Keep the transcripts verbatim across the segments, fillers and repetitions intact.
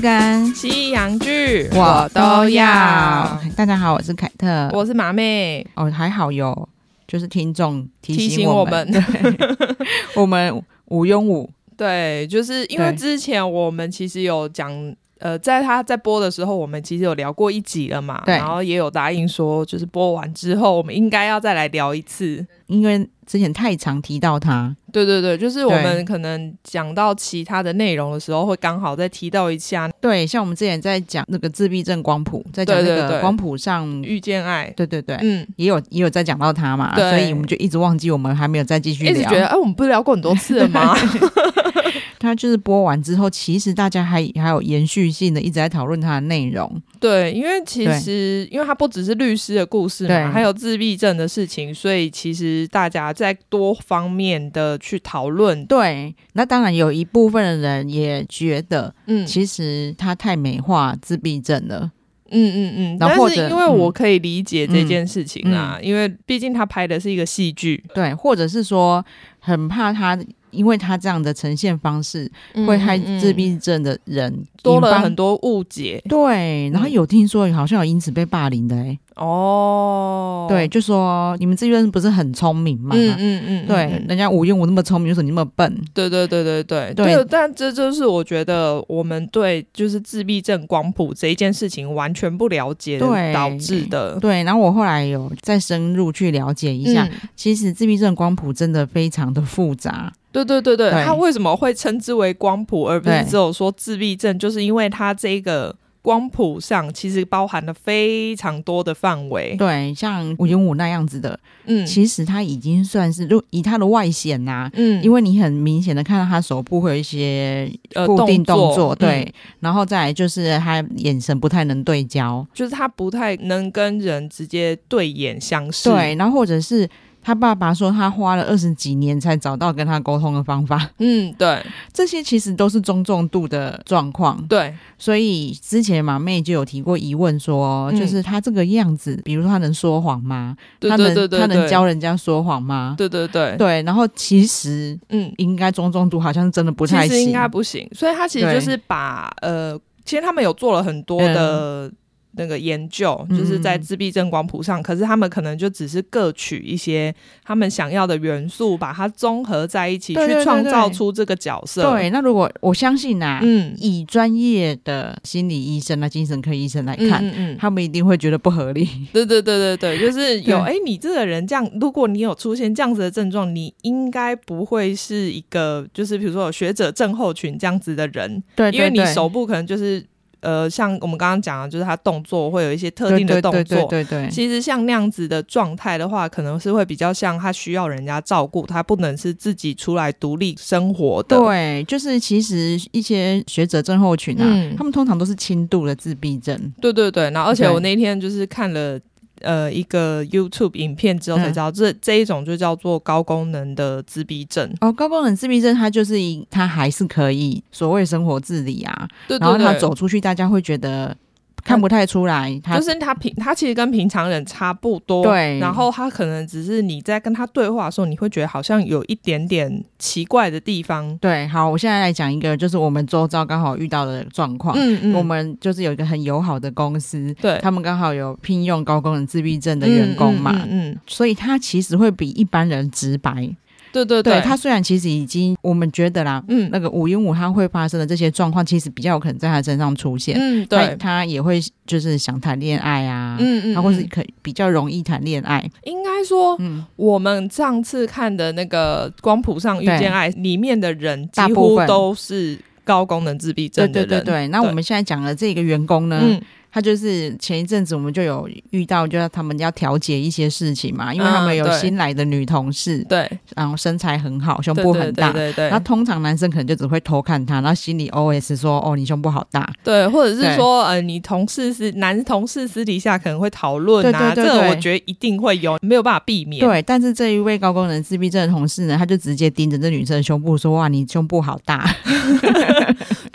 跟西洋剧我都要。大家好，我是凯特， 我是马妹。 哦，还好有就是听众提醒我们， 提醒我们我们无庸无对，就是因为之前我们其实有讲。呃，在他在播的时候我们其实有聊过一集了嘛，然后也有答应说就是播完之后我们应该要再来聊一次， 因为之前太常提到他。 对对对，就是我们可能讲到其他的内容的时候会刚好再提到一下。 对，像我们之前在讲那个自闭症光谱，在讲那个光谱上遇见爱， 对对对，嗯，也有也有在讲到他嘛，所以我们就一直忘记我们还没有再继续聊， 一直觉得哎、啊，我们不是聊过很多次了吗？ 他就是播完之后，其实大家还还有延续性的一直在讨论他的内容。 对，因为其实因为他不只是律师的故事嘛，还有自闭症的事情，所以其实大家在多方面的去讨论。 对，那当然有一部分的人也觉得，嗯，其实他太美化自闭症了。 嗯嗯嗯，但是因为我可以理解这件事情啊，嗯、因为毕竟他拍的是一个戏剧， 对，或者是说很怕他。因为他这样的呈现方式会害自闭症的人、嗯嗯、 多了很多误解。 对，然后有听说好像有因此被霸凌的欸。 哦， 对，就说你们自闭症不是很聪明吗？嗯嗯嗯，对，嗯、人家吴庸武那么聪明，为什么你那么笨？ 对对对对对 对, 對，但这就是我觉得我们对就是自闭症光谱这一件事情完全不了解导致的。 对，然后我后来有再深入去了解一下，嗯、其实自闭症光谱真的非常的复杂。 对对对 对, 对，他为什么会称之为光谱而不是只有说自闭症，就是因为他这个光谱上其实包含了非常多的范围。 对，像吴庸武那样子的，嗯，其实他已经算是就以他的外显啊，嗯，因为你很明显的看到他手部会有一些固定动作，呃、动作对、嗯，然后再来就是他眼神不太能对焦， 就是他不太能跟人直接对眼相视， 对，然后或者是他爸爸说他花了二十几年才找到跟他沟通的方法。 嗯，对， 这些其实都是中重度的状况。 对， 所以之前马妹就有提过疑问说，嗯、就是他这个样子，比如说他能说谎吗？ 对对对 对, 对， 他能他能教人家说谎吗？ 对对对对，然后其实嗯，应该中重度好像真的不太行， 其实应该不行。所以他其实就是把呃，其实他们有做了很多的。嗯那个研究就是在自闭症光谱上、嗯、可是他们可能就只是各取一些他们想要的元素把它综合在一起，对对对对，去创造出这个角色。 对，那如果我相信啊，嗯，以专业的心理医生啊精神科医生来看，嗯嗯嗯，他们一定会觉得不合理。 对对对对对，就是有哎，你这个人这样，如果你有出现这样子的症状，你应该不会是一个就是比如说有学者症候群这样子的人。对对对，因为你手部可能就是呃，像我们刚刚讲的就是他动作会有一些特定的动作，对对对对对，其实像那样子的状态的话可能是会比较像他需要人家照顾，他不能是自己出来独立生活的。 对，就是其实一些学者症候群啊、嗯、他们通常都是轻度的自闭症。 对对对，然后而且我那天就是看了呃，一个 YouTube 影片之后才知道、嗯、这这一种就叫做高功能的自闭症。 哦，高功能自闭症它就是它还是可以所谓生活自理啊， 对对对， 然后他走出去大家会觉得看不太出来，他就是他平他其实跟平常人差不多，对，然后他可能只是你在跟他对话的时候你会觉得好像有一点点奇怪的地方。 对，好，我现在来讲一个就是我们周遭刚好遇到的状况。嗯嗯，我们就是有一个很友好的公司，对，他们刚好有聘用高功能自闭症的员工嘛，嗯 嗯, 嗯, 嗯，所以他其实会比一般人直白。 对对 对, 对，他虽然其实已经我们觉得啦，嗯，那个吴庸武他会发生的这些状况其实比较有可能在他身上出现。嗯，对，他, 他也会就是想谈恋爱啊，嗯嗯，他或是可比较容易谈恋爱。 应该说、嗯、我们上次看的那个光谱上遇见爱里面的人几乎都是高功能自闭症的人。 对对对对，那我们现在讲的这个员工呢、嗯，他就是前一阵子我们就有遇到，就是他们要调解一些事情嘛，因为他们有新来的女同事，对、嗯，然后身材很好，胸部很大，对对对对，然后通常男生可能就只会偷看她，然后心里 O S 说哦你胸部好大， 对，或者是说呃你同事私男同事私底下可能会讨论啊，对对对对，这个我觉得一定会有，没有办法避免。 对，但是这一位高功能自闭症的同事呢，他就直接盯着这女生的胸部说哇你胸部好大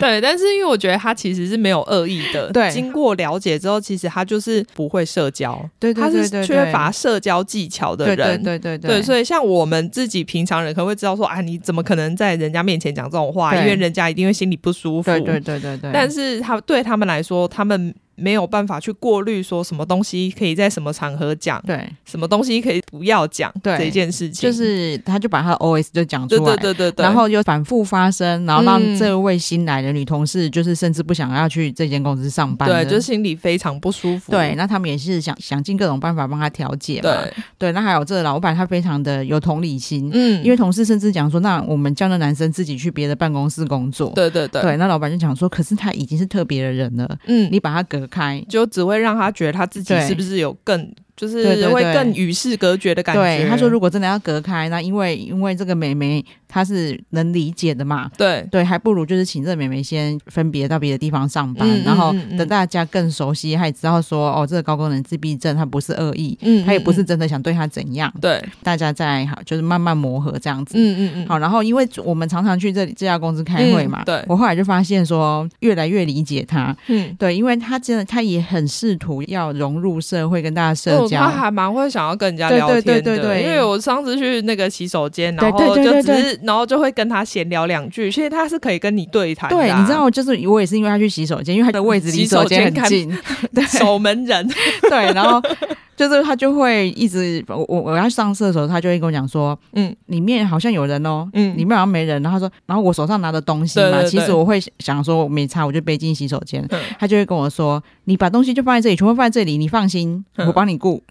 对，但是因为我觉得他其实是没有恶意的，对，经过了解之后，其实他就是不会社交， 对对对对对， 他是缺乏社交技巧的人， 对对对对 对, 对，所以像我们自己平常人可能会知道说，啊，你怎么可能在人家面前讲这种话，因为人家一定会心里不舒服， 对对对对对， 但是他对他们来说，他们没有办法去过滤说什么东西可以在什么场合讲， 对， 什么东西可以不要讲，对这件事情， 就是他就把他的 O S 就讲出来， 对对对对对， 然后又反复发生，然后让这位新来的女同事就是甚至不想要去这间公司上班， 对，就心里非常不舒服。 对，那他们也是想想尽各种办法帮他调解嘛，对对，那还有这个老板他非常的有同理心，嗯，因为同事甚至讲说，那我们叫那男生自己去别的办公室工作， 对对对， 对，那老板就讲说，可是他已经是特别的人了，嗯，你把他隔开， 就只会让他觉得他自己是不是有更就是会更与世隔绝的感觉。 对，他说如果真的要隔开，那因为因为这个妹妹她是能理解的嘛， 对对，还不如就是请这个妹妹先分别到别的地方上班，嗯、然后等大家更熟悉，她也知道说哦，这个高功能自闭症她不是恶意，嗯，她也不是真的想对她怎样， 对， 大家再好就是慢慢磨合这样子， 嗯嗯嗯， 好，然后因为我们常常去这里这家公司开会嘛，嗯、 对， 我后来就发现说越来越理解她，嗯，对，因为她真的她也很试图要融入社会跟大家社交， 她、哦、还蛮会想要跟人家聊天的，对对对对对，因为我上次去那个洗手间，然后就只是对对对对，然后就会跟他闲聊两句，其实他是可以跟你对谈的、啊。 对，你知道，就是我也是因为他去洗手间，因为他的位置离洗手间很近， 对，守门人， 对，然后就是他就会一直我我要上厕所，他就会跟我讲说，嗯，里面好像有人哦，嗯，里面好像没人，然后他说，然后我手上拿的东西嘛，对对对，其实我会想说我没擦，我就背进洗手间，嗯，他就会跟我说，你把东西就放在这里，全部放在这里，你放心，嗯、我帮你顾。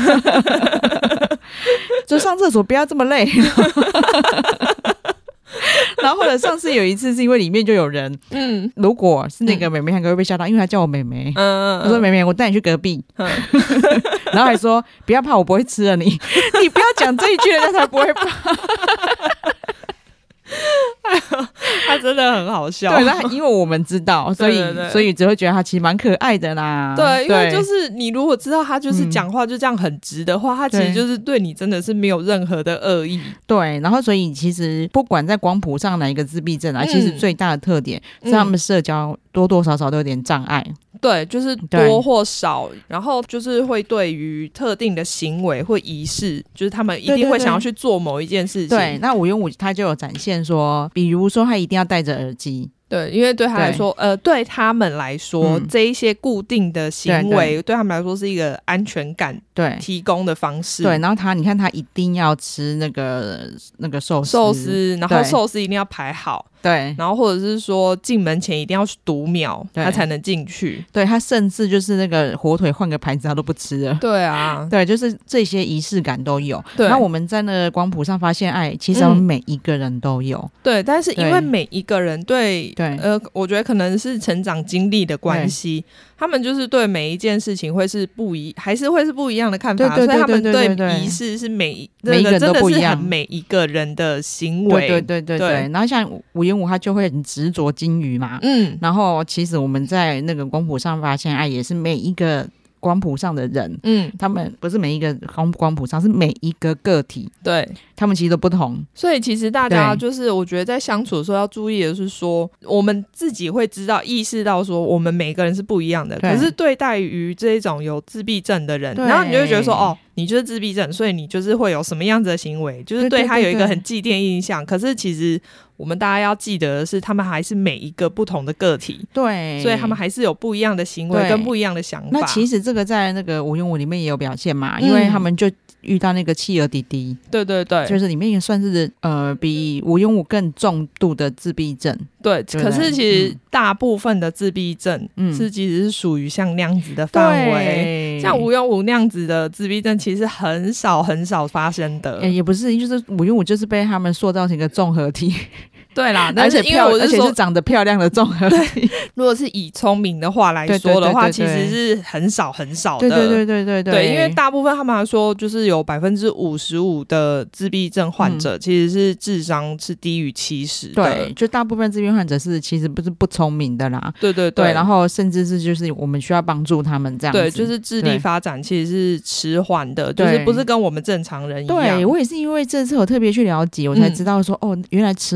就上厕所不要这么累。然后或者上次有一次是因为里面就有人，嗯，如果是那个妹妹，她可能会被吓到，因为她叫我妹妹，嗯，她说妹妹，我带你去隔壁，嗯、然后还说不要怕，我不会吃了你，你不要讲这一句，人家才不会怕。 他真的很好笑， 对，那因为我们知道，所以对对对，所以只会觉得他其实蛮可爱的啦。 对，因为就是你如果知道他就是讲话就这样很直的话，嗯、他其实就是对你真的是没有任何的恶意。 对，然后所以其实不管在光谱上哪一个自闭症啊，嗯、其实最大的特点是他们社交多多少少都有点障碍。 对，就是多或少，然后就是会对于特定的行为或仪式，就是他们一定会想要去做某一件事情。 对，对，对，那五用五他就有展现说，比如说他一定要戴着耳机。 对，因为对他来说，呃，对他们来说，嗯、这一些固定的行为 对, 对, 对他们来说是一个安全感对提供的方式。 对，然后他你看他一定要吃那个那个寿司， 寿司，然后寿司一定要排好。对，然后或者是说进门前一定要读秒，他才能进去。 对，他甚至就是那个火腿换个牌子他都不吃了。 对啊， 对，就是这些仪式感都有。对，然后我们在那个光谱上发现，哎，其实他们每一个人都有。嗯、 对，但是因为每一个人对对呃，我觉得可能是成长经历的关系，他们就是对每一件事情会是不一，还是会是不一样的看法。对对对对对对，所以他们对仪式是每每一个人都不一样， 每一个人的行为。 对对对对 对, 对。然后像吴彦武他就会很执着金鱼嘛，嗯，然后其实我们在那个光谱上发现，哎，也是每一个光谱上的人，嗯，他们不是每一个光光谱上，是每一个个体，对，他们其实都不同。 所以其实大家就是我觉得在相处的时候要注意的是说，我们自己会知道意识到说我们每个人是不一样的，可是对待于这种有自闭症的人，然后你就会觉得说哦，你就是自闭症，所以你就是会有什么样子的行为，就是对他有一个很既定印象。可是其实我们大家要记得的是，他们还是每一个不同的个体，对，所以他们还是有不一样的行为跟不一样的想法。 那其实这个在那个无用武里面也有表现嘛，嗯、因为他们就遇到那个企鹅弟弟， 对对对， 就是里面也算是呃比无用武更重度的自闭症。 对，对可是其实大部分的自闭症是其实是属于像那样子的范围，像无用武那样子的自闭症其实很少很少发生的。 欸、也不是，就是无用武就是被他们塑造成一个综合体。 对啦，但是因为我是而且是长得漂亮的综合体。 如果是以聪明的话来说的话，其实是很少很少的。 对对对对对 对, 对，因为大部分他们来说，就是有百分之五十五的自闭症患者、嗯、其实是智商是低于七十的。 对，就大部分自闭患者是其实不是不聪明的啦。 对对 对, 对，然后甚至是就是我们需要帮助他们这样子。 对，就是智力发展其实是迟缓的，就是不是跟我们正常人一样。 对，我也是因为这次我特别去了解，我才知道说、嗯、哦，原来迟缓而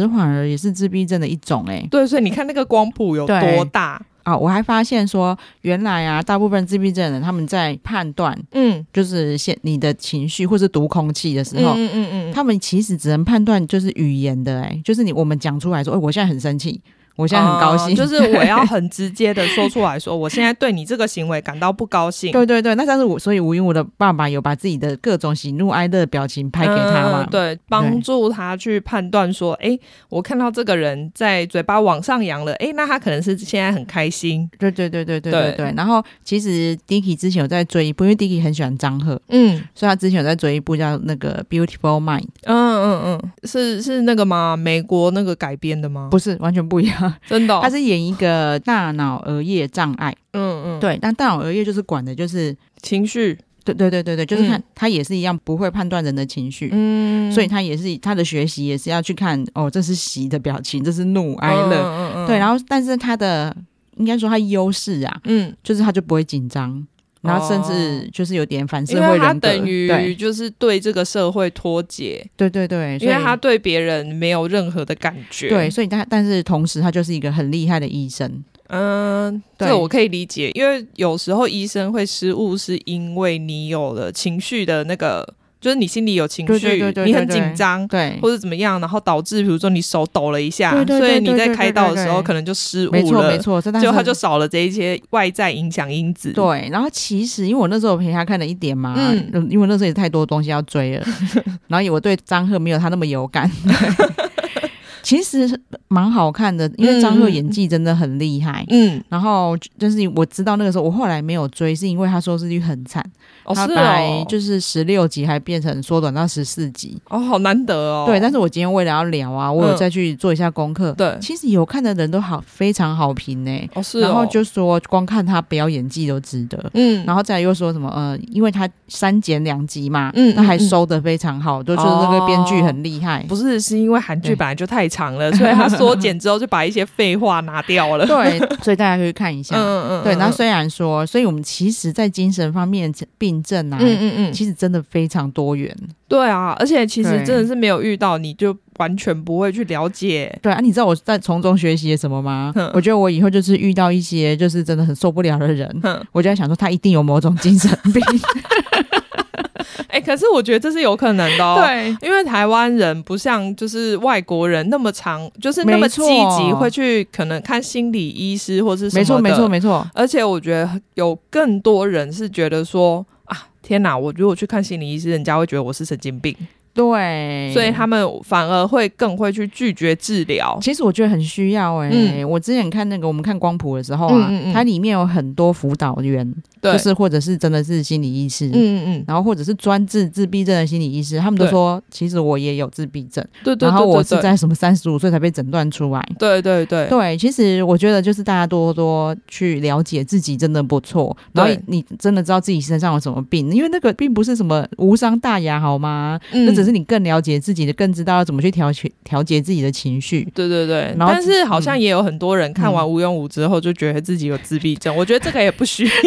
也是自闭症的一种哎、欸。 对，所以你看那个光谱有多大啊！我还发现说，原来啊，大部分自闭症的人他们在判断，嗯，就是现你的情绪或是读空气的时候，嗯嗯嗯，他们其实只能判断就是语言的、欸，哎，就是你我们讲出来说，哎、欸，我现在很生气。我现在很高兴、 呃、就是我要很直接的说出来说我现在对你这个行为感到不高兴。 对对对，那但是我所以吴云武的爸爸有把自己的各种喜怒哀乐表情拍给他嘛、 嗯、对，帮助他去判断说哎，我看到这个人在嘴巴往上扬了，哎，那他可能是现在很开心。 对对对对对对 对, 对。然后其实 Dicky 之前有在追一部，因为 Dicky 很喜欢张赫，嗯，所以他之前有在追一部叫那个 Beautiful Mind。 嗯嗯嗯，是是那个吗？美国那个改编的吗？ 不是，完全不一样。 真的、哦、 他是演一个大脑额叶障碍，嗯嗯，对，但大脑额叶就是管的就是情绪， 对对对对对，就是他、嗯、他也是一样不会判断人的情绪，嗯，所以他也是他的学习也是要去看哦，这是喜的表情，这是怒哀乐，嗯嗯嗯，对，然后但是他的应该说他优势啊，嗯，就是他就不会紧张。然后甚至就是有点反社会人格，因为他等于就是对这个社会脱节， 对对对， 因为他对别人没有任何的感觉， 对，所以他但是同时他就是一个很厉害的医生。 嗯，这个我可以理解，因为有时候医生会失误是因为你有了情绪的那个，就是你心里有情绪，对对对对对，你很紧张，对，或者怎么样，然后导致比如说你手抖了一下，对对对对对对对，所以你在开刀的时候可能就失误了， 没错没错， 结果他就少了这一些外在影响因子。 对，然后其实因为我那时候陪他看了一点嘛，嗯，因为那时候也太多东西要追了，然后我对张赫没有他那么有感。其实蛮好看的，因为张赫演技真的很厉害，嗯，然后就是我知道那个时候我后来没有追，是因为他收视率很惨， 哦， 他本来就是十六集还变成缩短到十四集， 哦，好难得哦。 对，但是我今天为了要聊啊，我有再去做一下功课，嗯，对，其实有看的人都好非常好评呢，哦是哦，然后就说光看他表演技都值得，嗯，然后再来又说什么呃，因为他删减两集嘛，嗯，那还收得非常好，就说那个编剧很厉害， 不是是因为韩剧本来就太长了，所以他缩减之后就把一些废话拿掉了。 对，所以大家可以看一下。嗯嗯嗯。对，然后虽然说，所以我们其实在精神方面病症啊，嗯嗯嗯，其实真的非常多元。 对啊，而且其实真的是没有遇到，你就完全不会去了解。 对啊，你知道我在从中学习什么吗？我觉得我以后就是遇到一些就是真的很受不了的人，我就在想说他一定有某种精神病。 哎、欸，可是我觉得这是有可能的哦。对，因为台湾人不像就是外国人那么常，就是那么积极会去可能看心理医师或是什么的。 没错，没错，没错。 而且我觉得有更多人是觉得说啊，天哪，我如果去看心理医师，人家会觉得我是神经病。 对， 所以他们反而会更会去拒绝治疗。 其实我觉得很需要哎、欸嗯，我之前看那个我们看光谱的时候啊，嗯嗯嗯，它里面有很多辅导员，就是或者是真的是心理医师，嗯嗯嗯，然后或者是专治自闭症的心理医师，他们都说其实我也有自闭症，对对对对对，然后我是在什么三十五岁才被诊断出来， 对对对对，其实我觉得就是大家多多去了解自己真的不错，然后你真的知道自己身上有什么病，因为那个并不是什么无伤大雅好吗？嗯，那只是你更了解自己的，更知道要怎么去调调节自己的情绪。对对对，但是好像也有很多人看完无用武之后就觉得自己有自闭症，嗯、我觉得这个也不需要。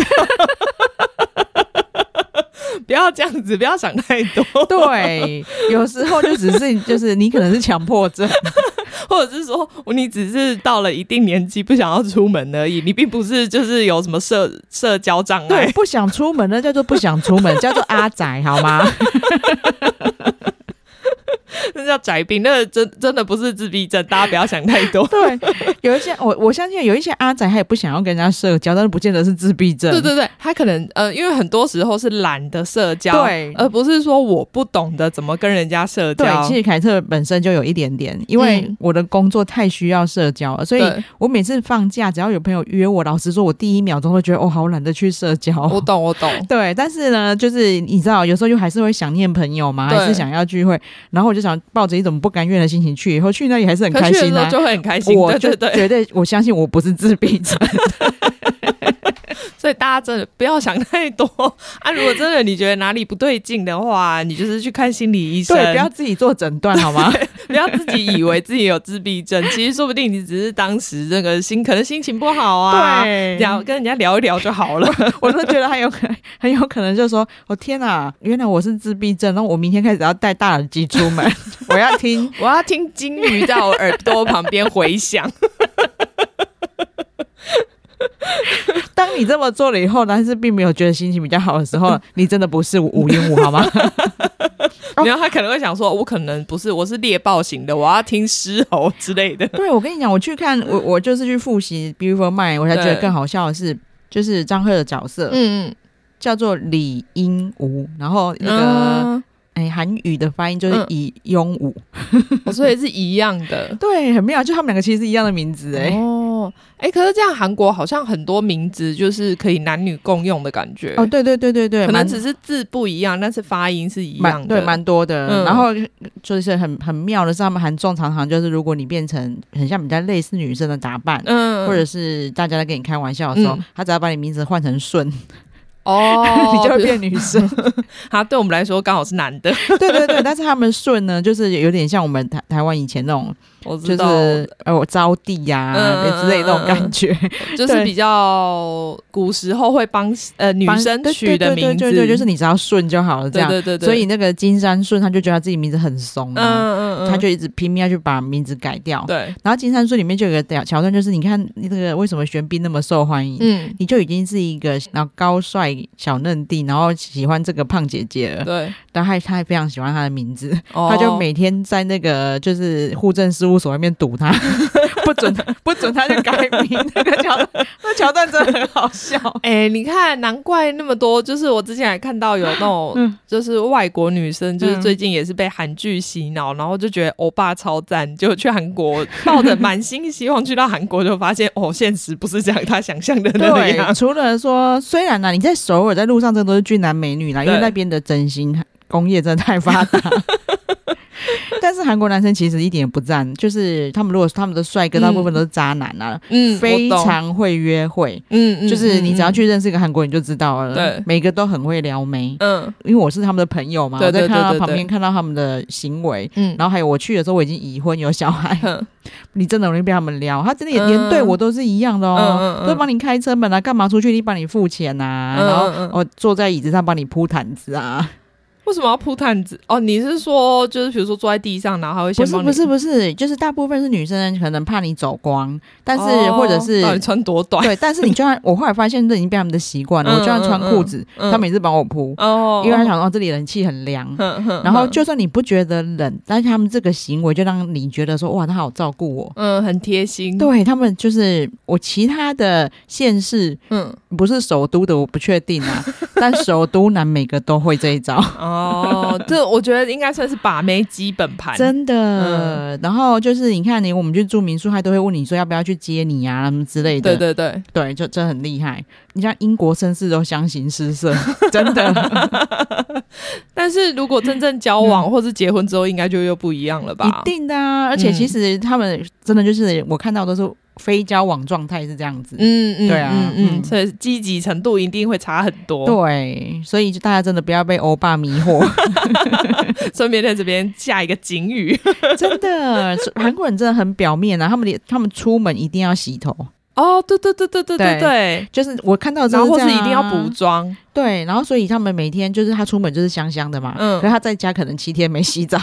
不要这样子，不要想太多。 对，有时候就只是就是你可能是强迫症， 或者是说你只是到了一定年纪不想要出门而已，你并不是就是有什么社社交障碍。 对，不想出门那叫做不想出门，叫做阿宅好吗？ 那叫宅病，那个真真的不是自闭症，大家不要想太多。 对，有一些我我相信有一些阿宅他也不想要跟人家社交，但是不见得是自闭症。 对对对，他可能呃，因为很多时候是懒得社交，对，而不是说我不懂得怎么跟人家社交。 对，其实凯特本身就有一点点，因为我的工作太需要社交了，所以我每次放假只要有朋友约我，老实说我第一秒钟都觉得哦好懒得去社交。 我懂我懂。 对，但是呢就是你知道有时候又还是会想念朋友嘛，还是想要聚会，然后我就想抱着一种不甘愿的心情去，以后去那里还是很开心啊， 就会很开心。 我就绝对我相信我不是自闭症。 所以大家真的不要想太多啊！如果真的你觉得哪里不对劲的话，你就是去看心理医生， 对，不要自己做诊断好吗？ 不要自己以为自己有自闭症，其实说不定你只是当时这个心可能心情不好啊，对，聊跟人家聊一聊就好了。 我都觉得他有可能很有可能就说，我、哦、天哪，原来我是自闭症，然后我明天开始要戴大耳机出门，我要听我要听金鱼在我耳朵旁边回响。 当你这么做了以后，但是并没有觉得心情比较好的时候，你真的不是五音五好吗？ 然后他可能会想说，我可能不是，我是猎豹型的，我要听狮吼之类的。 对，我跟你讲，我去看我我就是去复习 Beautiful Mind， 我才觉得更好笑的是，就是张赫的角色，嗯嗯，叫做李英武，然后那个。嗯哎，韩语的发音就是以庸武、 嗯，所以是一样的。 对，很妙，就他们两个其实是一样的名字哎。 哦，哎，可是这样韩国好像很多名字就是可以男女共用的感觉。 哦，对对对对对， 可能只是字不一样，但是发音是一样的。 对，蛮多的。嗯、然后就是很很妙的是，他们韩综常常就是，如果你变成很像比较类似女生的打扮，嗯，或者是大家在跟你开玩笑的时候，嗯、他只要把你名字换成顺。哦，你就会变女生。 他对我们来说刚好是男的。 对对对，但是他们顺呢，就是有点像我们台台湾以前那种， 我知道就是呃我招娣呀、啊嗯、之类的那种感觉， 就是比较古时候会帮呃女生取的名字， 对对对，就是你只要顺就好了，这样。对对对对。所以那个金山顺他就觉得他自己名字很怂、啊，嗯嗯嗯，他就一直拼命要去把名字改掉。对。然后金山顺里面就有个桥段，就是你看那个为什么玄彬那么受欢迎，嗯，你就已经是一个然后高帅小嫩弟，然后喜欢这个胖姐姐了，对，但他他还非常喜欢他的名字、哦、他就每天在那个就是户政事务所外面堵他不准不准他去改名。那个桥那桥段真的很好笑。 哎、欸，你看难怪那么多，就是我之前还看到有那种、嗯、就是外国女生就是最近也是被韩剧洗脑、嗯、然后就觉得欧巴超赞，就去韩国抱着满心希望去到韩国，就发现哦现实不是这样他想象的那样。 对，除了说虽然啊你在首尔在路上真的都是俊男美女啦，因为那边的整形工业真的太发达。但是韩国男生其实一点也不赞，就是他们如果他们的帅哥大部分都是渣男啊，嗯，非常会约会，嗯，就是你只要去认识一个韩国人就知道了，对，每个都很会撩妹，嗯，因为我是他们的朋友嘛，对对对对对，我在看到旁边看到他们的行为，嗯，然后还有我去的时候我已经已婚有小孩，嗯，你真的容易被他们撩，他真的也连对我都是一样的哦，嗯嗯，都帮你开车门啊，干嘛出去你帮你付钱啊，嗯，然后我坐在椅子上帮你铺毯子啊。 为什么要铺毯子？哦，你是说就是比如说坐在地上，然后他会先帮你？ 不是不是不是，就是大部分是女生可能怕你走光，但是、哦、或者是到底穿多短？ 对，但是你就算我后来发现这已经被他们的习惯了，嗯、我就算穿裤子，嗯、他们也是帮我铺，哦，因为他想说、哦、这里冷气很凉，嗯、然后就算你不觉得冷，但是他们这个行为就让你觉得说哇，他好照顾我， 嗯，很贴心。 对他们就是我其他的县市，嗯，不是首都的我不确定啊，但首都男每个都会这一招。 哦，这我觉得应该算是把妹基本盘， 真的、嗯。然后就是你看你我们去住民宿，他都会问你说要不要去接你啊什么之类的。 对对对对，就真的很厉害。你像英国绅士都相形失色，真的。 但是如果真正交往、嗯、或是结婚之后，应该就又不一样了吧？ 一定的啊！而且其实他们真的就是我看到都是非交往状态是这样子，嗯嗯，对啊，嗯嗯，所以积极程度一定会差很多。 对，所以就大家真的不要被欧巴迷惑。 顺便在这边下一个警语， 真的，韩国人真的很表面啊，他们他们出门一定要洗头。 哦，对对对对对对对， 就是我看到这样、啊，然后或是一定要补妆， 对，然后所以他们每天就是他出门就是香香的嘛，嗯，可是他在家可能七天没洗澡。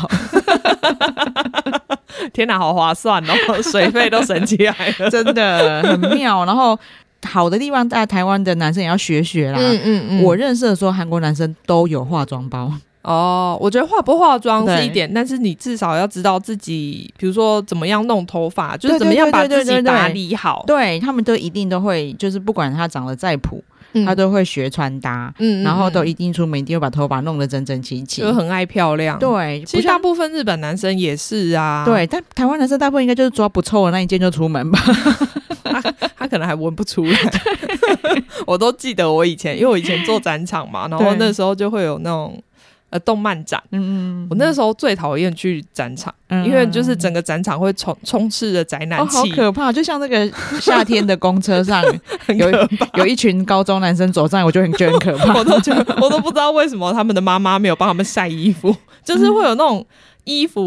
天哪，好划算哦，水费都省起来了， 真的很妙。然后好的地方，在台湾的男生也要学学啦。嗯嗯嗯，我认识的时候，韩国男生都有化妆包。 哦，我觉得化不化妆是一点，但是你至少要知道自己，比如说怎么样弄头发，就是怎么样把自己打理好。 对，对，对，对，对，他们都一定都会，就是不管他长得再普。嗯、他都会学穿搭，嗯，然后都一定出门一定会把头发弄得整整齐齐， 就很爱漂亮。 对， 其实大部分日本男生也是啊。 对，但台湾男生大部分应该就是抓不臭的那一件就出门吧。 他, 他可能还闻不出来。我都记得我以前，因为我以前做展场嘛，然后那时候就会有那种。呃，动漫展，嗯，我那时候最讨厌去展场，嗯，因为就是整个展场会充充斥着宅男气， 哦，好可怕！就像那个夏天的公车上有有一群高中男生走上来，我就很觉得很可怕。 我都觉得我都不知道为什么他们的妈妈没有帮他们晒衣服，就是会有那种衣服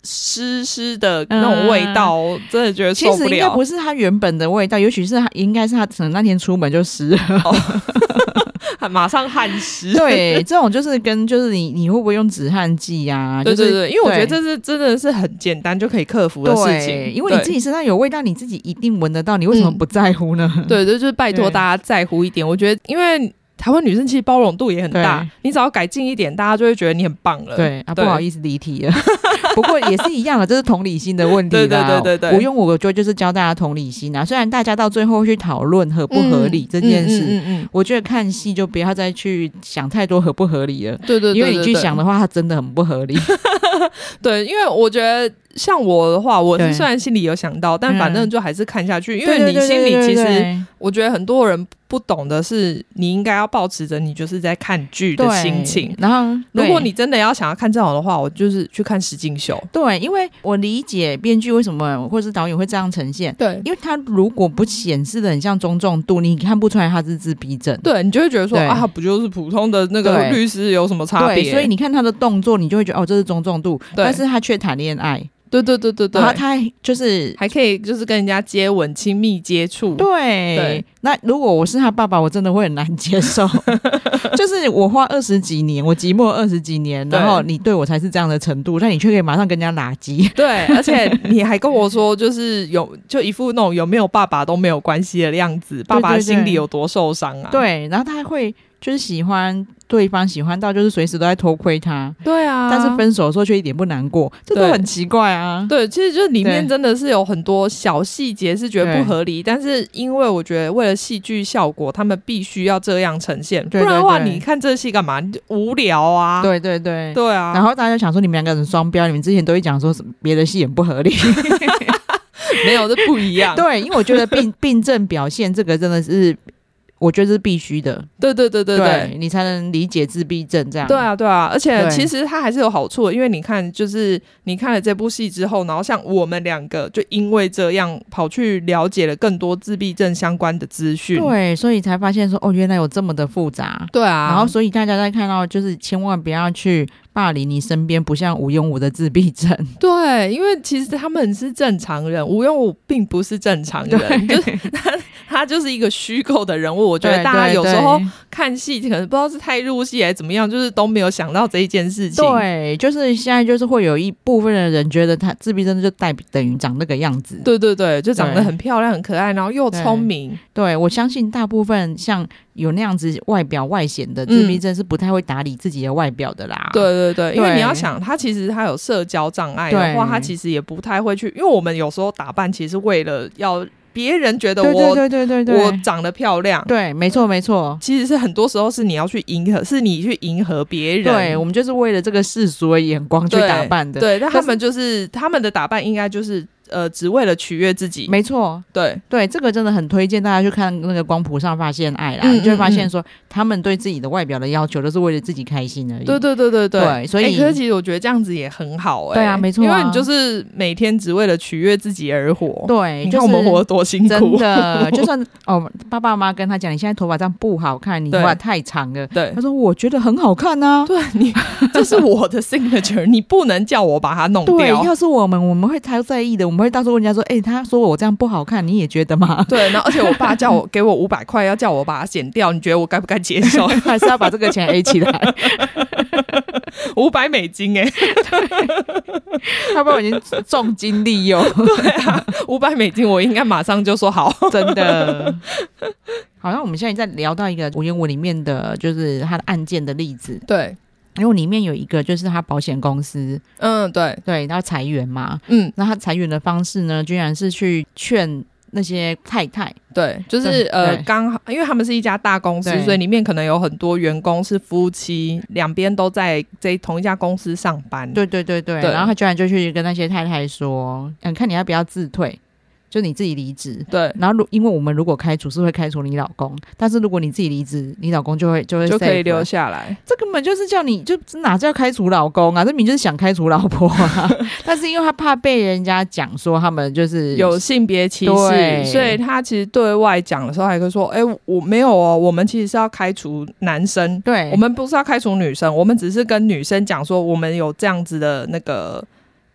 湿湿的那种味道、嗯、真的觉得受不了。 其实应该不是它原本的味道，也许是它应该是它可能那天出门就湿了、哦、 马上汗湿。 对，这种就是跟就是你你会不会用止汗剂啊？ 对对对、 就是、 因为我觉得这是真的是很简单就可以克服的事情。 对，因为你自己身上有味道，你自己一定闻得到，你为什么不在乎呢？ 嗯、对，这就是拜托大家在乎一点。我觉得因为台湾女生其实包容度也很大，你只要改进一点，大家就会觉得你很棒了。 对啊，不好意思离题了。不过也是一样的，这是同理心的问题啦。对对对对对，无用我觉得就是教大家同理心啊。虽然大家到最后去讨论合不合理、嗯、这件事、嗯嗯嗯嗯、我觉得看戏就不要再去想太多合不合理了。 对对对对对， 因为你去想的话它真的很不合理。 对，因为我觉得像我的话，我是虽然心里有想到，但反正就还是看下去、嗯、因为你心里其实我觉得很多人不懂的是你应该要抱持着你就是在看剧的心情，然后如果你真的要想要看这种的话，我就是去看实境秀。 对，因为我理解编剧为什么或是导演会这样呈现。对，因为他如果不显示的很像中重度，你看不出来他是自闭症。对， 你就会觉得说啊，不就是普通的那个律师有什么差别？ 对，所以你看他的动作你就会觉得哦这是中重度，但是他却谈恋爱。 对对对对对， 然后他就是还可以就是跟人家接吻亲密接触。 对, 对，那如果我是他爸爸我真的会很难接受。就是我花二十几年，我寂寞二十几年，然后你对我才是这样的程度，但你却可以马上跟人家拉鸡。 对，而且你还跟我说就是有就一副那种有没有爸爸都没有关系的样子，爸爸心里有多受伤啊。 对, 对, 对，然后他还会就是喜欢对方，喜欢到就是随时都在偷窥他。对啊，但是分手的时候却一点不难过，这都很奇怪啊。 对，其实就是里面真的是有很多小细节是觉得不合理，但是因为我觉得为了戏剧效果他们必须要这样呈现，对对对，不然的话你看这戏干嘛？无聊啊。对对对对啊， 然后大家想说你们两个人双标，你们之前都会讲说别的戏很不合理。 没有，这不一样。 对，因为我觉得病病症表现这个真的是我觉得是必须的。对对对对 对, 对，你才能理解自闭症这样。 对啊对啊，而且其实它还是有好处的，因为你看就是你看了这部戏之后，然后像我们两个就因为这样跑去了解了更多自闭症相关的资讯。 对，所以才发现说哦原来有这么的复杂。对啊，然后所以大家在看到就是千万不要去霸凌你身边不像吴庸武的自闭症。 对，因为其实他们是正常人，吴庸武并不是正常人，就是他他就是一个虚构的人物。我觉得大家有时候看戏可能不知道是太入戏还是怎么样，就是都没有想到这一件事情。 对，就是现在就是会有一部分的人觉得他自闭症就代等于长那个样子。 对对对，就长得很漂亮很可爱，然后又聪明。 对, 对，我相信大部分像有那样子外表外显的自闭症是不太会打理自己的外表的啦。对对对， 因为你要想他其实他有社交障碍的话，他其实也不太会去，因为我们有时候打扮其实是为了要别人觉得我对对对对对我长得漂亮。 对，没错没错， 其实是很多时候是你要去迎合，是你去迎合别人。 对，我们就是为了这个世俗的眼光去打扮的。 对，但他们就是他们的打扮应该就是呃，只为了取悦自己。 没错，对对，这个真的很推荐大家去看那个光谱上发现爱啦、嗯、你就会发现说、嗯、他们对自己的外表的要求都是为了自己开心而已。对对对对 对, 对，所以、 欸、可是其实我觉得这样子也很好。哎、欸， 对啊，没错、啊， 因为你就是每天只为了取悦自己而活。 对， 你看我们活得多辛苦。 真的，就算哦，爸爸妈妈跟他讲你现在头发这样不好看，你头发太长了，对，他说我觉得很好看啊。 对，你这是我的 signature， 你不能叫我把它弄掉。 对，要是我们我们会超在意的，我们会到时候问人家说哎、欸，他说我这样不好看，你也觉得吗？ 对，然后而且我爸叫我给我五百块，要叫我把它剪掉，你觉得我该不该接受？ 还是要把这个钱 A 起来？ 五百美金哎、欸， 他不然我已经重金利用。 对啊，五百美金我应该马上就说好， 真的。好像我们现在在聊到一个吴彦武里面的就是他的案件的例子。对。因为里面有一个就是他保险公司，嗯，对对，他裁员嘛，嗯，那他裁员的方式呢，居然是去劝那些太太， 对，就是呃，刚好因为他们是一家大公司，所以里面可能有很多员工是夫妻，两边都在这同一家公司上班， 对对对 对, 对，然后他居然就去跟那些太太说，嗯，看你要不要自退。就你自己离职，对，然后因为我们如果开除是会开除你老公，但是如果你自己离职，你老公就会就会就可以留下来。 这根本就是叫你就哪叫开除老公啊？这明明就是想开除老婆啊！但是因为他怕被人家讲说他们就是有性别歧视，所以他其实对外讲的时候还可以说：“哎、欸，我没有哦，我们其实是要开除男生，对，我们不是要开除女生，我们只是跟女生讲说我们有这样子的那个。”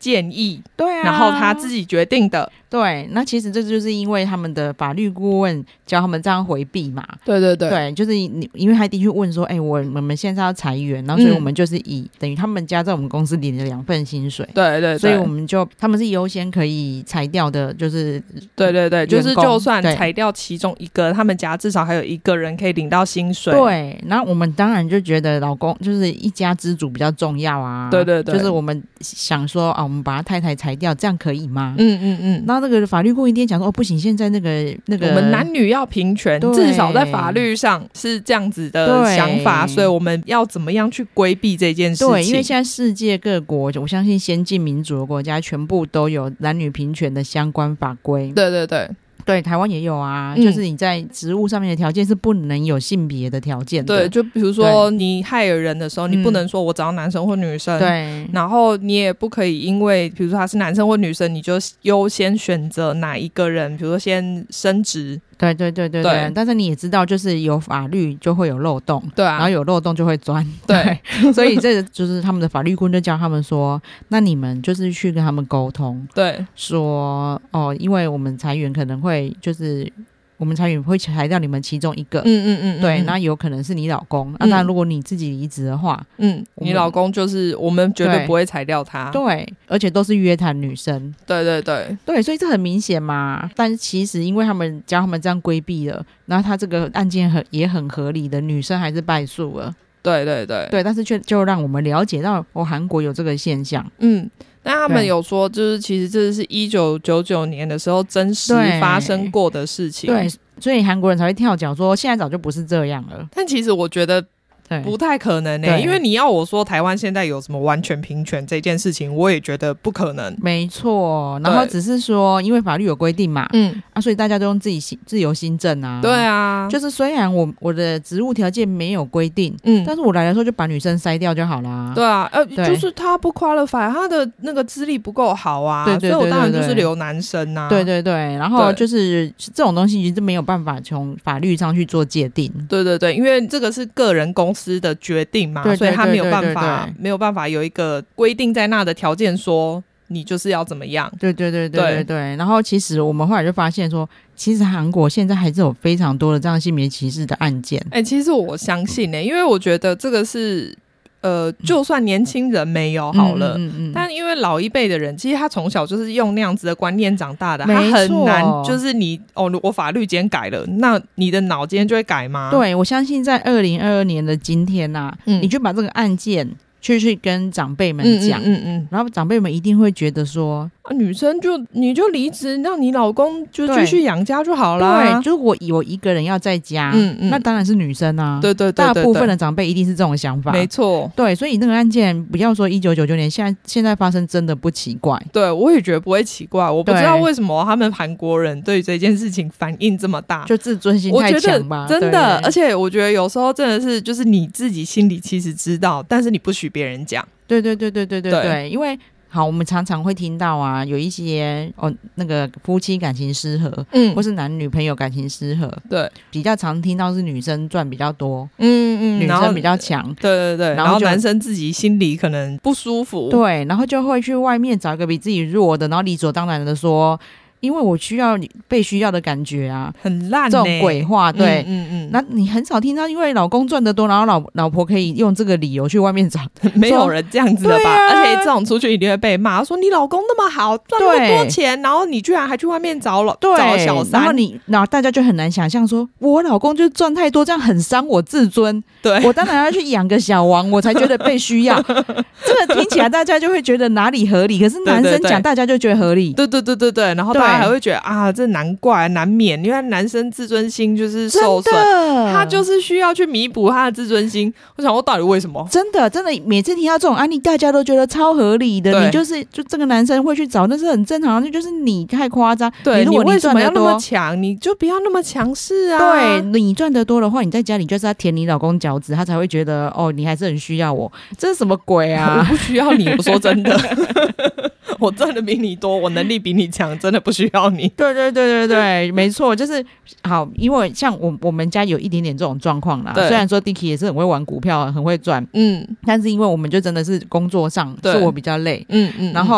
建议， 对啊， 然后他自己决定的。 对，那其实这就是因为他们的法律顾问教他们这样回避嘛。 对对对， 对，就是你因为他的确问说，哎、欸，我我们现在要裁员，然后所以我们就是以、嗯、等于他们家在我们公司领了两份薪水， 对 对, 对， 所以我们就他们是优先可以裁掉的，就是对对对，就是就算裁掉其中一个，他们家至少还有一个人可以领到薪水。 对，然后我们当然就觉得老公就是一家之主比较重要啊。 对对对， 就是我们想说啊，我们把他太太裁掉，这样可以吗？ 嗯嗯嗯。 然后那个法律顾问一定讲说，哦，不行，现在那个那个我们男女要平权，至少在法律上是这样子的想法，所以我们要怎么样去规避这件事情？ 对，因为现在世界各国，我相信先进民主的国家全部都有男女平权的相关法规。 对对对。 对，台湾也有啊、嗯、就是你在职务上面的条件是不能有性别的条件的。 对，就比如说你hire人的时候，你不能说我找男生或女生、嗯、对，然后你也不可以因为比如说他是男生或女生，你就优先选择哪一个人，比如说先升职。 对对对对 对, 对，但是你也知道就是有法律就会有漏洞， 对啊， 然后有漏洞就会钻， 对, 对所以这就是他们的法律顾问就教他们说，那你们就是去跟他们沟通， 对， 说哦，因为我们裁员可能会就是我们裁员会裁掉你们其中一个， 嗯嗯 嗯, 嗯， 对，那有可能是你老公，那、嗯啊、当然如果你自己离职的话， 嗯，你老公就是我们绝对不会裁掉他， 对，而且都是约谈女生， 对对对对，所以这很明显嘛。但是其实因为他们教他们这样规避了，然后他这个案件很也很合理的，女生还是败诉了， 对对对对， 但是却就让我们了解到哦，韩国有这个现象， 嗯。但他们有说就是其实这是一九九九年的时候真实发生过的事情， 对, 对，所以韩国人才会跳脚说现在早就不是这样了。 但其实我觉得不太可能欸，因为你要我说台湾现在有什么完全平权这件事情，我也觉得不可能。 没错，然后只是说因为法律有规定嘛，嗯啊，所以大家都用自己自由心证啊。 对啊， 就是虽然我我的职务条件没有规定，嗯，但是我来的时候就把女生筛掉就好啦。 对啊，呃，就是他不 qualify， 他的那个资历不够好啊，对对对对对，所以我当然就是留男生啊。对对对，然后就是这种东西其实没有办法从法律上去做界定。对对对，因为这个是个人公司的决定嘛，对对对对对对，所以他没有办法没有办法有一个规定在那的条件说你就是要怎么样。对对对对对 对, 对。然后其实我们后来就发现说，其实韩国现在还是有非常多的这样性别歧视的案件。哎、欸，其实我相信欸，因为我觉得这个是呃，就算年轻人没有好了、嗯嗯嗯、但因为老一辈的人其实他从小就是用那样子的观念长大的，他很难就是你哦，我法律今天改了，那你的脑今天就会改吗？对，我相信在二零二二年的今天啊、嗯、你就把这个案件去去跟长辈们讲，嗯 嗯, 嗯, 嗯，然后长辈们一定会觉得说啊，女生就你就离职，让你老公就继续养家就好了。对，就是我我一个人要在家，嗯嗯，那当然是女生啊。对对 对, 对, 对，大部分的长辈一定是这种想法，没错。对，所以那个案件不要说一九九九年，现在现在发生真的不奇怪。对，我也觉得不会奇怪。我不知道为什么他们韩国人对于这件事情反应这么大，就自尊心太强吧。真的，而且我觉得有时候真的是就是你自己心里其实知道，但是你不许别人讲。对对对对对对 对, 对，因为好，我们常常会听到啊，有一些哦，那个夫妻感情失和，嗯，或是男女朋友感情失和，对，比较常听到是女生赚比较多，嗯嗯，女生比较强，对对对，然后男生自己心里可能不舒服，对，然后就会去外面找一个比自己弱的，然后理所当然的说，因为我需要被需要的感觉啊，很烂、欸、这种鬼话，对，嗯嗯嗯，那你很少听到因为老公赚得多，然后老老婆可以用这个理由去外面找，没有人这样子的吧、啊、而且这种出去一定会被骂，说你老公那么好，赚那么多钱，然后你居然还去外面找了找小三，然后你然后大家就很难想象说我老公就赚太多，这样很伤我自尊，对，我当然要去养个小王我才觉得被需要这个听起来大家就会觉得哪里合理，可是男生讲大家就觉得合理，对对对对对，然后大家还会觉得啊，这难怪难免，因为男生自尊心就是受损，他就是需要去弥补他的自尊心。我想我到底为什么？真的真的，每次听到这种案例，大家都觉得超合理的。你就是就这个男生会去找，那是很正常的，就是你太夸张。对，你如果你赚得多，你为什么要那么强？你就不要那么强势啊！对，你赚得多的话，你在家里就是要舔你老公脚趾，他才会觉得哦，你还是很需要我。这是什么鬼啊？我不需要你，我说真的。我赚的比你多，我能力比你强，真的不需要你。对对对对对，没错，就是好，因为像我我们家有一点点这种状况啦。虽然说 Dicky 也是很会玩股票，很会赚，嗯，但是因为我们就真的是工作上是我比较累，嗯嗯，然后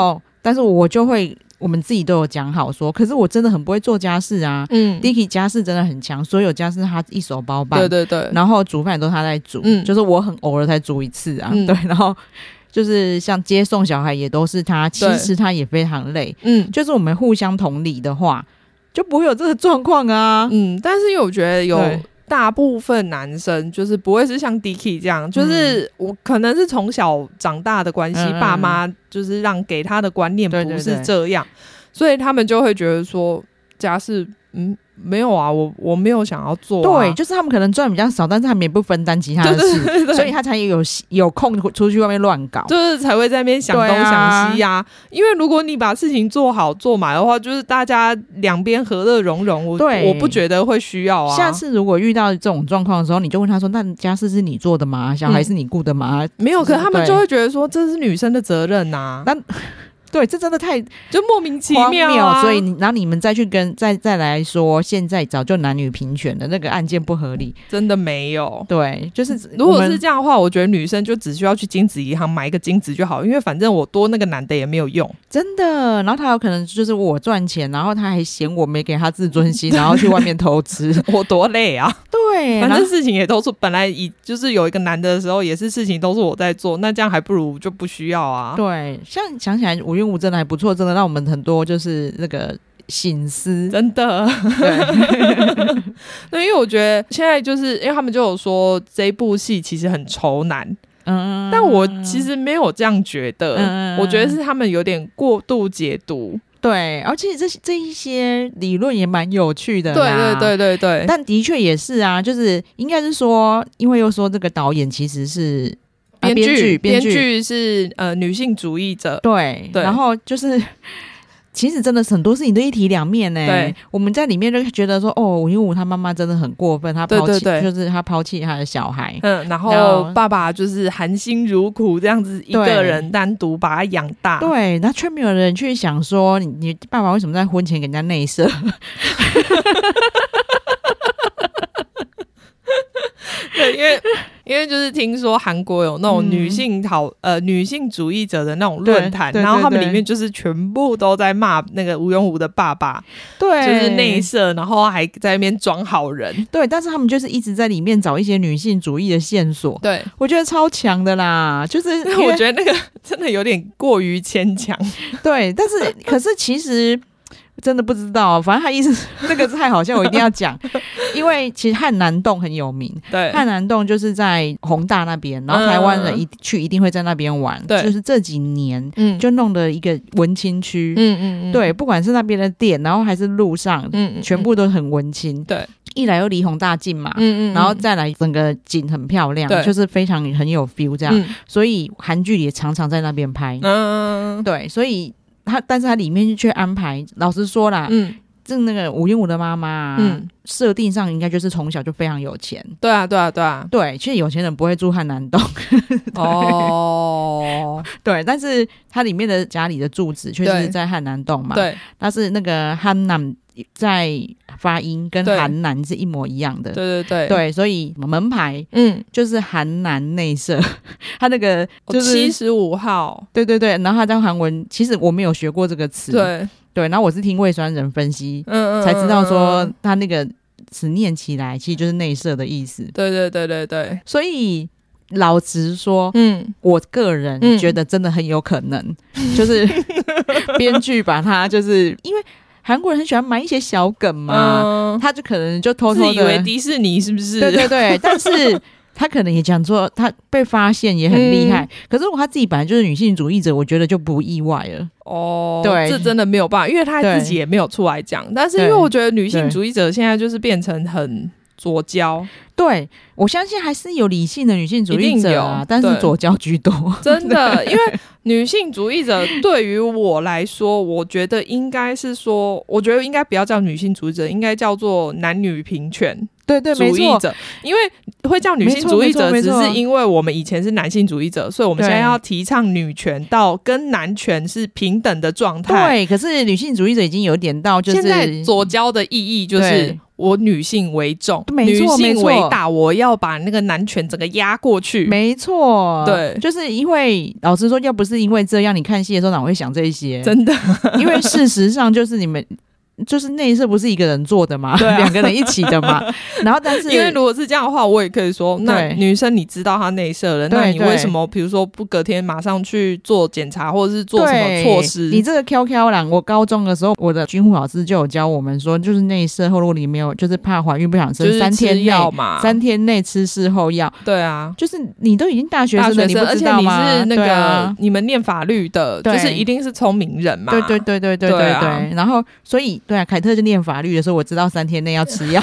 但是我就会。我们自己都有讲好说，可是我真的很不会做家事啊。嗯 Dicky 家事真的很强，所有家事他一手包办。 对对对， 然后煮饭都他在煮，嗯，就是我很偶尔才煮一次啊。嗯、对，然后就是像接送小孩也都是他，其实他也非常累。嗯，就是我们互相同理的话，就不会有这个状况啊。 嗯，但是因为我觉得有。大部分男生就是不会是像 Dicky 这样，就是我可能是从小长大的关系，嗯、爸妈就是让给他的观念不是这样，对对对，所以他们就会觉得说家事嗯没有啊，我我没有想要做、啊， 对，就是他们可能赚比较少，但是他们也不分担其他的事，对对对对，所以他才有有空出去外面乱搞， 就是才会在那边想东想西呀、啊。因为如果你把事情做好做满的话，就是大家两边和乐融融，我我不觉得会需要啊。 下次如果遇到这种状况的时候，你就问他说：“那家事是你做的吗？小孩是你顾的吗？”嗯、 没有，可是他们就会觉得说这是女生的责任呐、啊。 那对，这真的太就莫名其妙啊！ 所以，然后你们再去跟再再来说，现在早就男女平权的那个案件不合理， 真的没有。 对，就是如果是这样的话，我觉得女生就只需要去精子银行买一个精子就好，因为反正我多那个男的也没有用， 真的。然后他有可能就是我赚钱，然后他还嫌我没给他自尊心，然后去外面偷吃， 我多累啊！ 对， 反正事情也都是本来以就是有一个男的的时候，也是事情都是我在做，那这样还不如就不需要啊。 对，像想起来吴云武真的还不错。真的让我们很多就是那个省思， 真的。对，对，因为我觉得现在就是因为他们就有说这一部戏其实很仇男，嗯，但我其实没有这样觉得，嗯、我觉得是他们有点过度解读。 对，而且这这一些理论也蛮有趣的啦， 对对对对对。 但的确也是啊，就是应该是说，因为又说这个导演其实是。 编剧，编剧是呃女性主义者， 对，对，然后就是其实真的很多事情都一体两面呢、欸。对，我们在里面就觉得说，哦，吴云武他妈妈真的很过分，他抛弃，对对对，就是他抛弃他的小孩， 嗯，然后爸爸就是含辛茹苦这样子一个人单独把他养大， 对，那却没有人去想说，你你爸爸为什么在婚前给人家内射？ 对，因为因为就是听说韩国有那种女性讨、嗯、呃女性主义者的那种论坛，然后他们里面就是全部都在骂那个吴永武的爸爸，对，就是内射，然后还在那边装好人， 对，但是他们就是一直在里面找一些女性主义的线索，对，我觉得超强的啦，就是我觉得那个真的有点过于牵强， 对，但是可是其实。真的不知道，反正他意思那个太好笑，我一定要讲，因为其实汉南洞很有名，对，汉南洞就是在弘大那边，然后台湾人一、嗯、去一定会在那边玩，对，就是这几年、嗯、就弄的一个文青区，嗯嗯嗯，对，不管是那边的店，然后还是路上，嗯嗯，全部都很文青，对，一来又离弘大近嘛，嗯嗯，然后再来整个景很漂亮，就是非常很有 feel 这样，嗯、所以韩剧也常常在那边拍，嗯，对，所以。他但是他里面却安排，老实说啦，嗯，这那个吴英武的妈妈、啊，嗯，设定上应该就是从小就非常有钱， 对啊，对啊，对啊， 对，其实有钱人不会住汉南洞，哦，对，但是他里面的家里的住址确实是在汉南洞嘛，对，但是那个汉南在发音跟韩南是一模一样的，对对对，对，所以门牌嗯就是韩南内射，他那个就是七十五号， 对对对，然后他在韩文其实我没有学过这个词，对对，然后我是听魏酸人分析，嗯嗯，才知道说他那个词念起来其实就是内射的意思， 对对对对对， 所以。老实说，嗯，我个人觉得真的很有可能，嗯、就是编剧把他就是因为韩国人很喜欢买一些小梗嘛，嗯、他就可能就偷偷的自以为迪士尼是不是？ 对对对，但是他可能也讲说他被发现也很厉害，嗯、可是如果他自己本来就是女性主义者，我觉得就不意外了。 哦，对，这真的没有办法，因为他自己也没有出来讲，但是因为我觉得女性主义者现在就是变成很。左交， 对，我相信还是有理性的女性主义者啊，但是左交居多， 真的，因为女性主义者对于我来说，我觉得应该是说，我觉得应该不要叫女性主义者，应该叫做男女平权。 对对， 主义者，因为会叫女性主义者，只是因为我们以前是男性主义者，所以我们现在要提倡女权到跟男权是平等的状态。 对，可是女性主义者已经有点到，就是现在左交的意义就是。 我女性为重， 女性为大，我要把那个男权整个压过去。 没错， 对， 就是因为老实说，要不是因为这样，你看戏的时候哪会想这些？ 真的， 因为事实上就是你们。就是内射不是一个人做的嘛，对、啊，两个人一起的嘛。然后，但是因为如果是这样的话，我也可以说，那女生你知道她内射了，那你为什么比如说不隔天马上去做检查，或者是做什么措施？ 你这个 Q Q 啦，我高中的时候，我的军护老师就有教我们说，就是内射后，如果你没有，就是怕怀孕不想生， 就是、 三天药嘛， 三天内吃事后药。 对啊， 就是你都已经大学生了，你不知道吗？ 而且你是那个、 啊、 你们念法律的，就是一定是聪明人嘛。 对对对对对对 对, 对、啊。然后，所以对啊，凯特就念法律的时候，我知道三天内要吃药。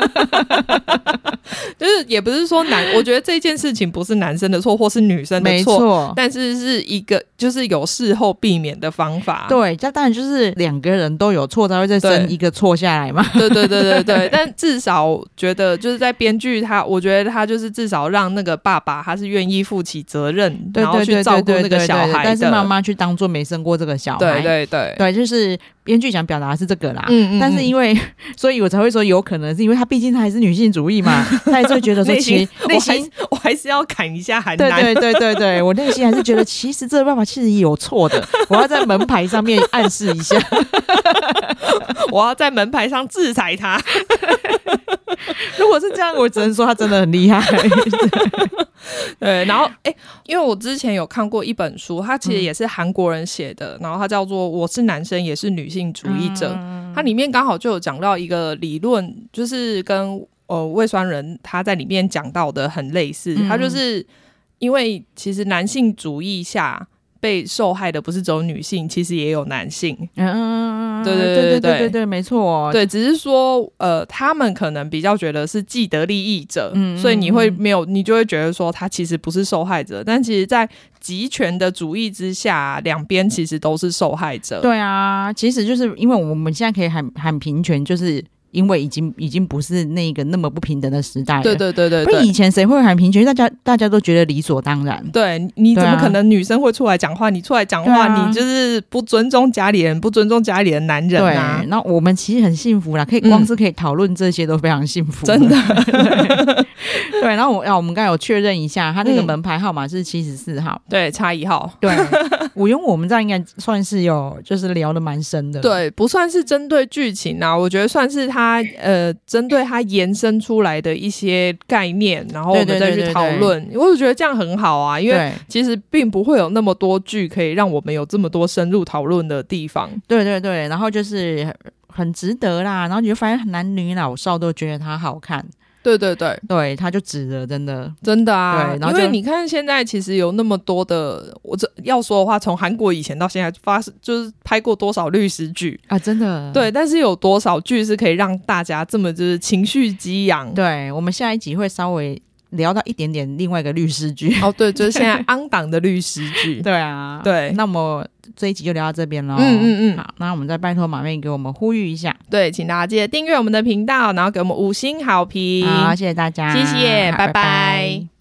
就是也不是说男，我觉得这件事情不是男生的错，或是女生的错，没错，但是是一个就是有事后避免的方法。 对，这当然就是两个人都有错，才会再生一个错下来嘛。 对对对对对，但至少觉得就是在编剧他，我觉得他就是至少让那个爸爸他是愿意负起责任， 对对对对对对对对， 然后去照顾那个小孩的， 但是妈妈去当做没生过这个小孩。 对对对对，就是编剧想表达的是这个啦。 嗯嗯嗯， 但是因为，所以我才会说有可能是因为他毕竟他还是女性主义嘛，他还是会觉得说其实内心我还是要砍一下韩男。对对对对对，我内心还是觉得其实这个爸爸其实有错的，我要在门牌上面暗示一下， 我要在门牌上制裁他。 如果是这样，我只能说他真的很厉害。 对，然后哎、欸，因为我之前有看过一本书，它其实也是韩国人写的，嗯、然后它叫做《我是男生也是女性主义者》，嗯、它里面刚好就有讲到一个理论，就是跟呃魏酸人他在里面讲到的很类似，嗯、他就是因为其实男性主义下被受害的不是只有女性，其实也有男性。 嗯， 对对对对对对对对，没错。 对，只是说呃，他们可能比较觉得是既得利益者，嗯，所以你会没有，你就会觉得说他其实不是受害者，但其实在集权的主义之下，两边其实都是受害者。 对啊，其实就是因为我们现在可以喊喊平权，就是因为已经已经不是那个那么不平等的时代了。 对对对对对， 不是以前谁会喊平权？大家大家都觉得理所当然。 对，你怎么可能女生会出来讲话？你出来讲话，啊、你就是不尊重家里人，不尊重家里的男人啊。 对，那我们其实很幸福啦，可以光是可以讨论这些都非常幸福， 真的。 对，然后我啊，我们刚才有确认一下，他那个门牌号码是七十四号， 对，差一号。 对，我用我们这样应该算是有，就是聊得蛮深的。 对，不算是针对剧情啊，我觉得算是他呃，针对他延伸出来的一些概念，然后我们再去讨论。我觉得这样很好啊，因为其实并不会有那么多剧可以让我们有这么多深入讨论的地方。 对对对，然后就是很值得啦，然后你就发现男女老少都觉得他好看。 对对对对，他就值了，真的真的啊！ 对，然后因为你看现在其实有那么多的，我这要说的话，从韩国以前到现在发就是拍过多少律师剧啊，真的对，但是有多少剧是可以让大家这么就是情绪激昂？ 对，我们下一集会稍微聊到一点点另外一个律师剧哦，对，就是现在昂档的律师剧。 对啊， 对， 那么这一集就聊到这边咯。 嗯嗯嗯， 好，那我们再拜托马妹给我们呼吁一下。 对，请大家记得订阅我们的频道，然后给我们五星好评。 好，谢谢大家， 谢谢，拜拜。 拜拜。